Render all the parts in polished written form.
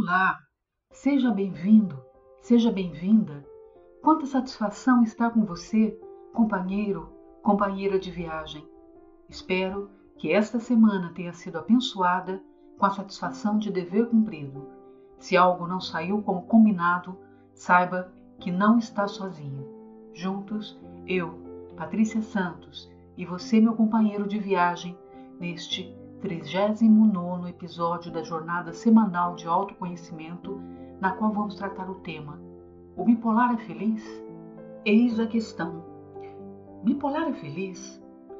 Olá, seja bem-vindo, seja bem-vinda. Quanta satisfação estar com você, companheiro, companheira de viagem. Espero que esta semana tenha sido abençoada com a satisfação de dever cumprido. Se algo não saiu como combinado, saiba que não está sozinho. Juntos, eu, Patrícia Santos, e você, meu companheiro de viagem, neste 39º episódio da jornada semanal de autoconhecimento, na qual vamos tratar o tema: o bipolar é feliz? Eis a questão. Bipolar é feliz?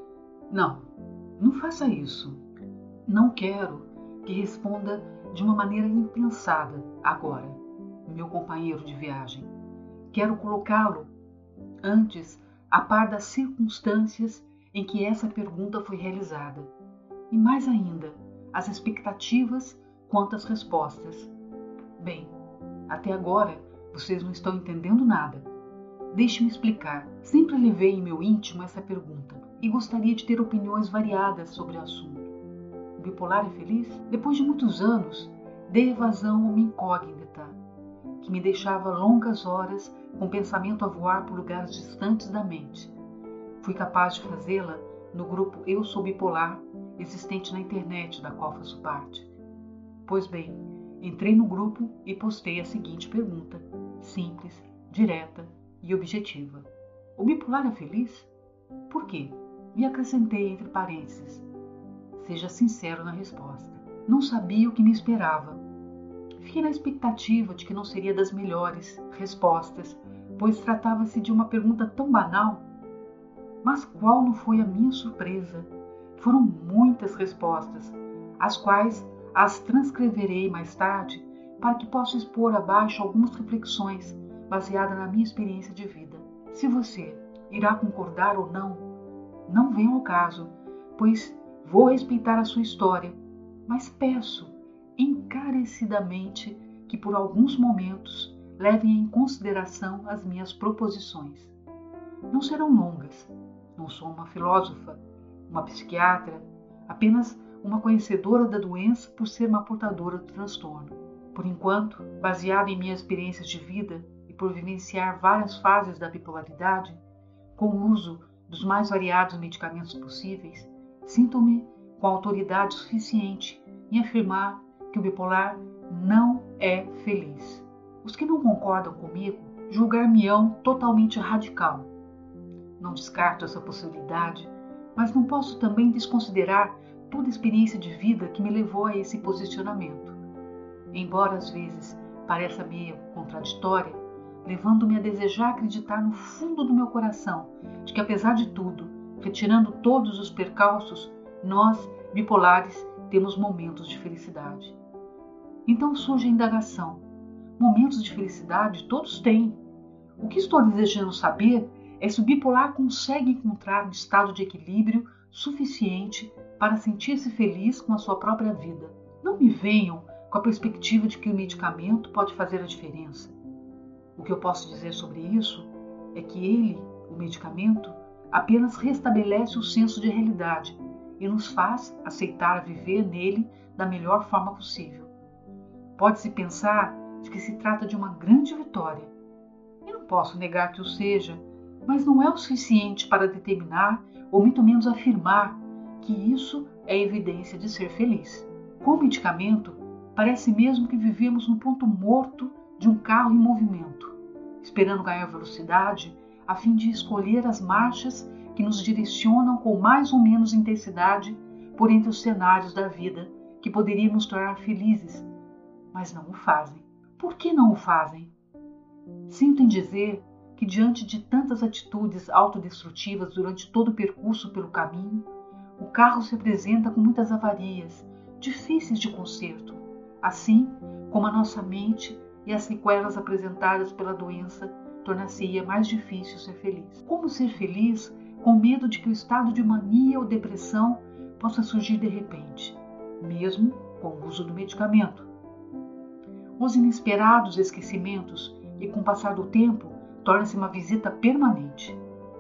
Não faça isso. Não quero que responda de uma maneira impensada agora, meu companheiro de viagem. Quero colocá-lo antes a par das circunstâncias em que essa pergunta foi realizada. E mais ainda, as expectativas quanto às respostas. Bem, até agora vocês não estão entendendo nada. Deixe-me explicar. Sempre levei em meu íntimo essa pergunta e gostaria de ter opiniões variadas sobre o assunto. O bipolar é feliz? Depois de muitos anos, dei evasão a uma incógnita que me deixava longas horas com o pensamento a voar por lugares distantes da mente. Fui capaz de fazê-la no grupo Eu Sou Bipolar, existente na internet, da qual faço parte. Pois bem, entrei no grupo e postei a seguinte pergunta, simples, direta e objetiva: o bipolar é feliz? Por quê? E acrescentei entre parênteses: seja sincero na resposta. Não sabia o que me esperava. Fiquei na expectativa de que não seria das melhores respostas, pois tratava-se de uma pergunta tão banal. Mas qual não foi a minha surpresa? Foram muitas respostas, as quais as transcreverei mais tarde para que possa expor abaixo algumas reflexões baseadas na minha experiência de vida. Se você irá concordar ou não venha ao caso, pois vou respeitar a sua história, mas peço encarecidamente que por alguns momentos levem em consideração as minhas proposições. Não serão longas, não sou uma filósofa, uma psiquiatra, apenas uma conhecedora da doença por ser uma portadora do transtorno. Por enquanto, baseada em minhas experiências de vida e por vivenciar várias fases da bipolaridade, com o uso dos mais variados medicamentos possíveis, sinto-me com autoridade suficiente em afirmar que o bipolar não é feliz. Os que não concordam comigo julgar-me-ão totalmente radical. Não descarto essa possibilidade, mas não posso também desconsiderar toda a experiência de vida que me levou a esse posicionamento. Embora às vezes pareça meio contraditória, levando-me a desejar acreditar no fundo do meu coração de que, apesar de tudo, retirando todos os percalços, nós, bipolares, temos momentos de felicidade. Então surge a indagação: momentos de felicidade todos têm. O que estou desejando saber é se o bipolar consegue encontrar um estado de equilíbrio suficiente para sentir-se feliz com a sua própria vida. Não me venham com a perspectiva de que o medicamento pode fazer a diferença. O que eu posso dizer sobre isso é que ele, o medicamento, apenas restabelece o senso de realidade e nos faz aceitar viver nele da melhor forma possível. Pode-se pensar de que se trata de uma grande vitória. Eu não posso negar que o seja, mas não é o suficiente para determinar ou muito menos afirmar que isso é evidência de ser feliz. Com o medicamento, parece mesmo que vivemos no ponto morto de um carro em movimento, esperando ganhar velocidade a fim de escolher as marchas que nos direcionam com mais ou menos intensidade por entre os cenários da vida que poderiam nos tornar felizes, mas não o fazem. Por que não o fazem? Sinto em dizer que, diante de tantas atitudes autodestrutivas durante todo o percurso pelo caminho, o carro se apresenta com muitas avarias, difíceis de conserto, assim como a nossa mente e as sequelas apresentadas pela doença tornar-se-ia mais difícil ser feliz. Como ser feliz com medo de que o estado de mania ou depressão possa surgir de repente, mesmo com o uso do medicamento? Os inesperados esquecimentos e, com o passar do tempo, torna-se uma visita permanente.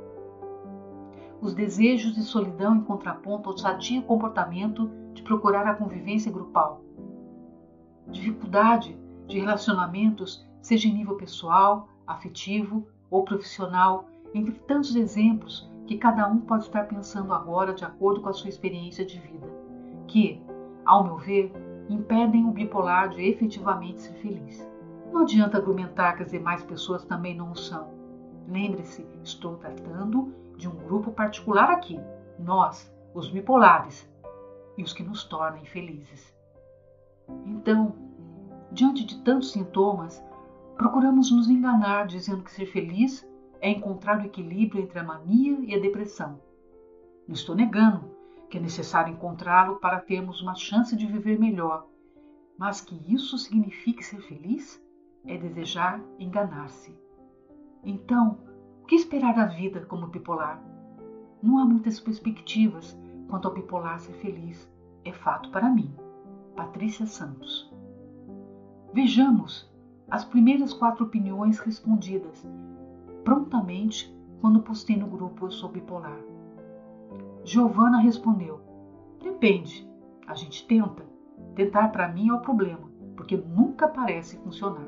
Os desejos de solidão em contraponto ao sadio comportamento de procurar a convivência grupal. Dificuldade de relacionamentos, seja em nível pessoal, afetivo ou profissional, entre tantos exemplos que cada um pode estar pensando agora de acordo com a sua experiência de vida, que, ao meu ver, impedem o bipolar de efetivamente ser feliz. Não adianta argumentar que as demais pessoas também não o são. Lembre-se, estou tratando de um grupo particular aqui, nós, os bipolares, e os que nos tornam infelizes. Então, diante de tantos sintomas, procuramos nos enganar dizendo que ser feliz é encontrar o equilíbrio entre a mania e a depressão. Não estou negando que é necessário encontrá-lo para termos uma chance de viver melhor, mas que isso signifique ser feliz é desejar enganar-se. Então, o que esperar da vida como bipolar? Não há muitas perspectivas quanto ao bipolar ser feliz, é fato para mim. Patrícia Santos. Vejamos as primeiras 4 opiniões respondidas prontamente quando postei no grupo Eu Sou Bipolar. Giovana respondeu: depende, a gente tenta. Tentar para mim é o problema, porque nunca parece funcionar.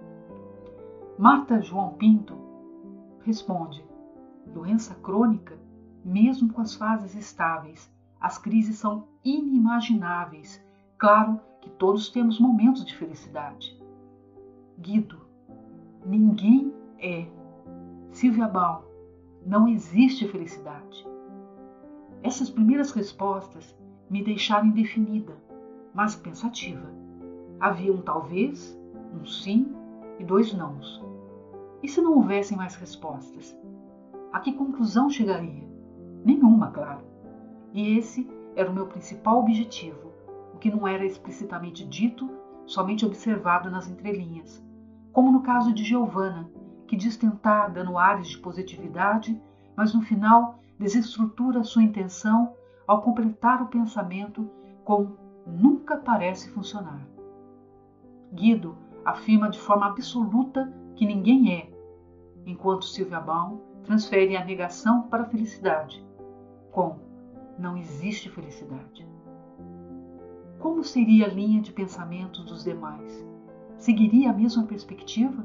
Marta João Pinto responde: doença crônica, mesmo com as fases estáveis, as crises são inimagináveis. Claro que todos temos momentos de felicidade. Guido: ninguém é. Silvia Baum: não existe felicidade. Essas primeiras respostas me deixaram indefinida, mas pensativa. Havia um talvez, um sim e 2 nãos. E se não houvessem mais respostas? A que conclusão chegaria? Nenhuma, claro. E esse era o meu principal objetivo, o que não era explicitamente dito, somente observado nas entrelinhas, como no caso de Giovana, que diz tentar dando ares de positividade, mas no final desestrutura sua intenção ao completar o pensamento com nunca parece funcionar. Guido afirma de forma absoluta que ninguém é, enquanto Silvia Baum transfere a negação para a felicidade, com não existe felicidade. Como seria a linha de pensamentos dos demais? Seguiria a mesma perspectiva?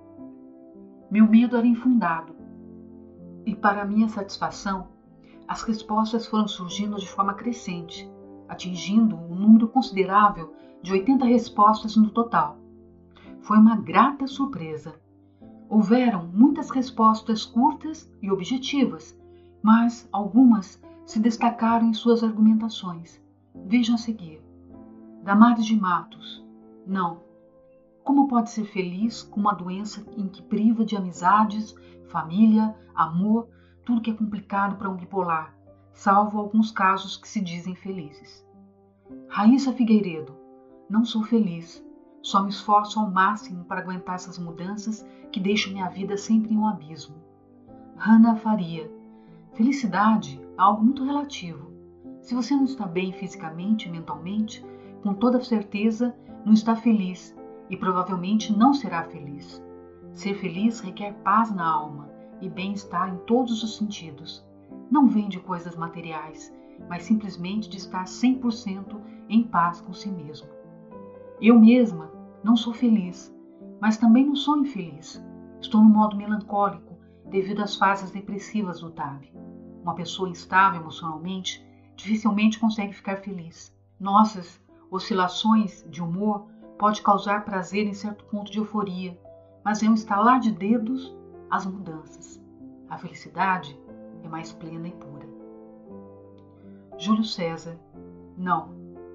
Meu medo era infundado, e para minha satisfação, as respostas foram surgindo de forma crescente, atingindo um número considerável de 80 respostas no total. Foi uma grata surpresa. Houveram muitas respostas curtas e objetivas, mas algumas se destacaram em suas argumentações. Vejam a seguir. Damares de Matos: não. Como pode ser feliz com uma doença em que priva de amizades, família, amor, tudo que é complicado para um bipolar, salvo alguns casos que se dizem felizes? Raíssa Figueiredo: não sou feliz, só me esforço ao máximo para aguentar essas mudanças que deixam minha vida sempre em um abismo. Hanna Faria: felicidade é algo muito relativo. Se você não está bem fisicamente e mentalmente, com toda certeza não está feliz e provavelmente não será feliz. Ser feliz requer paz na alma e bem-estar em todos os sentidos. Não vem de coisas materiais, mas simplesmente de estar 100% em paz com si mesmo. Eu mesma não sou feliz, mas também não sou infeliz. Estou no modo melancólico devido às fases depressivas do TAB. Uma pessoa instável emocionalmente dificilmente consegue ficar feliz. Nossas oscilações de humor pode causar prazer em certo ponto de euforia, mas é um estalar de dedos as mudanças. A felicidade é mais plena e pura. Júlio César: não.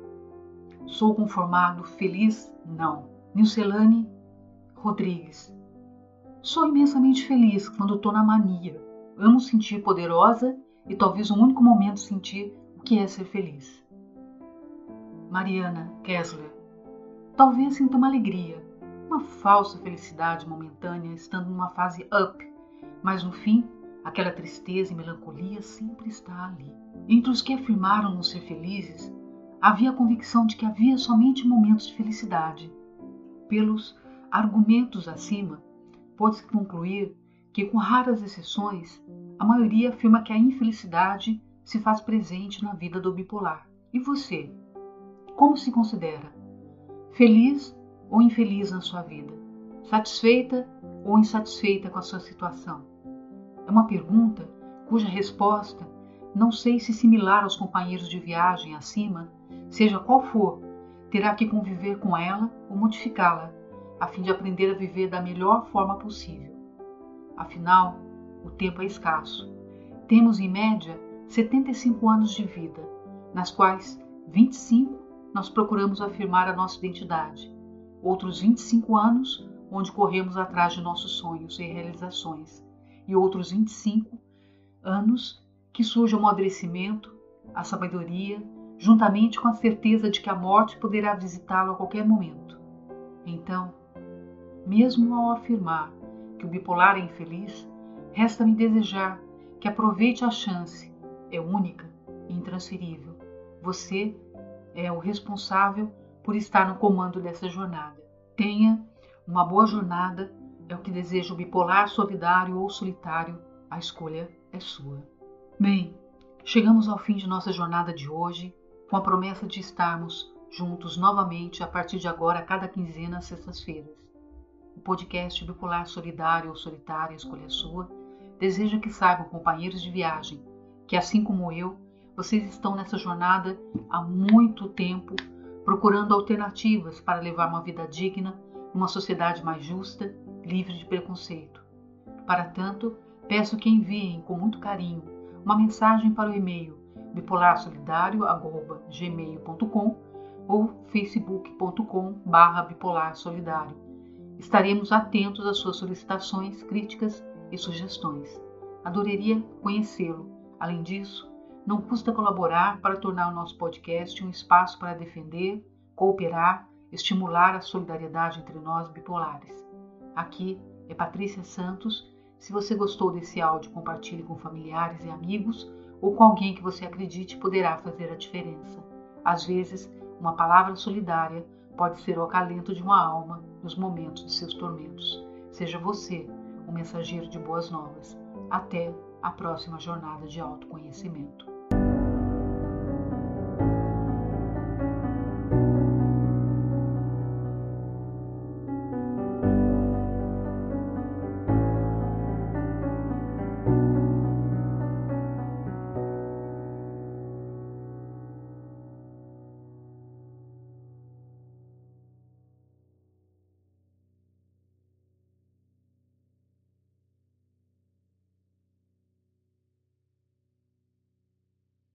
Sou conformado, feliz? Não. Nilcelane Rodrigues: sou imensamente feliz quando estou na mania. Amo sentir poderosa e talvez o único momento sentir o que é ser feliz. Mariana Kessler: talvez sinta uma alegria, uma falsa felicidade momentânea estando numa fase up, mas no fim, aquela tristeza e melancolia sempre está ali. Entre os que afirmaram não ser felizes, havia a convicção de que havia somente momentos de felicidade. Pelos argumentos acima, pode-se concluir que, com raras exceções, a maioria afirma que a infelicidade se faz presente na vida do bipolar. E você? Como se considera? Feliz ou infeliz na sua vida? Satisfeita ou insatisfeita com a sua situação? É uma pergunta cuja resposta não sei se similar aos companheiros de viagem acima, seja qual for, terá que conviver com ela ou modificá-la, a fim de aprender a viver da melhor forma possível. Afinal, o tempo é escasso. Temos, em média, 75 anos de vida, nas quais 25 nós procuramos afirmar a nossa identidade, outros 25 anos onde corremos atrás de nossos sonhos e realizações, e outros 25 anos que surge o amadurecimento, a sabedoria, juntamente com a certeza de que a morte poderá visitá-lo a qualquer momento. Então, mesmo ao afirmar que o bipolar é infeliz, resta-me desejar que aproveite a chance, é única e intransferível. Você é o responsável por estar no comando dessa jornada. Tenha uma boa jornada, é o que deseja o bipolar solidário ou solitário, a escolha é sua. Bem, chegamos ao fim de nossa jornada de hoje, com a promessa de estarmos juntos novamente a partir de agora, a cada quinzena, às sextas-feiras. O podcast Bipolar Solidário ou Solitária, escolha sua, deseja que saibam, companheiros de viagem, que assim como eu, vocês estão nessa jornada há muito tempo, procurando alternativas para levar uma vida digna, numa sociedade mais justa, livre de preconceito. Para tanto, peço que enviem com muito carinho uma mensagem para o e-mail bipolarsolidario@gmail.com ou facebook.com/bipolarsolidario. Estaremos atentos às suas solicitações, críticas e sugestões. Adoraria conhecê-lo. Além disso, não custa colaborar para tornar o nosso podcast um espaço para defender, cooperar, estimular a solidariedade entre nós bipolares. Aqui é Patrícia Santos. Se você gostou desse áudio, compartilhe com familiares e amigos ou com alguém que você acredite poderá fazer a diferença. Às vezes, uma palavra solidária pode ser o acalento de uma alma nos momentos de seus tormentos. Seja você um mensageiro de boas novas. Até a próxima jornada de autoconhecimento.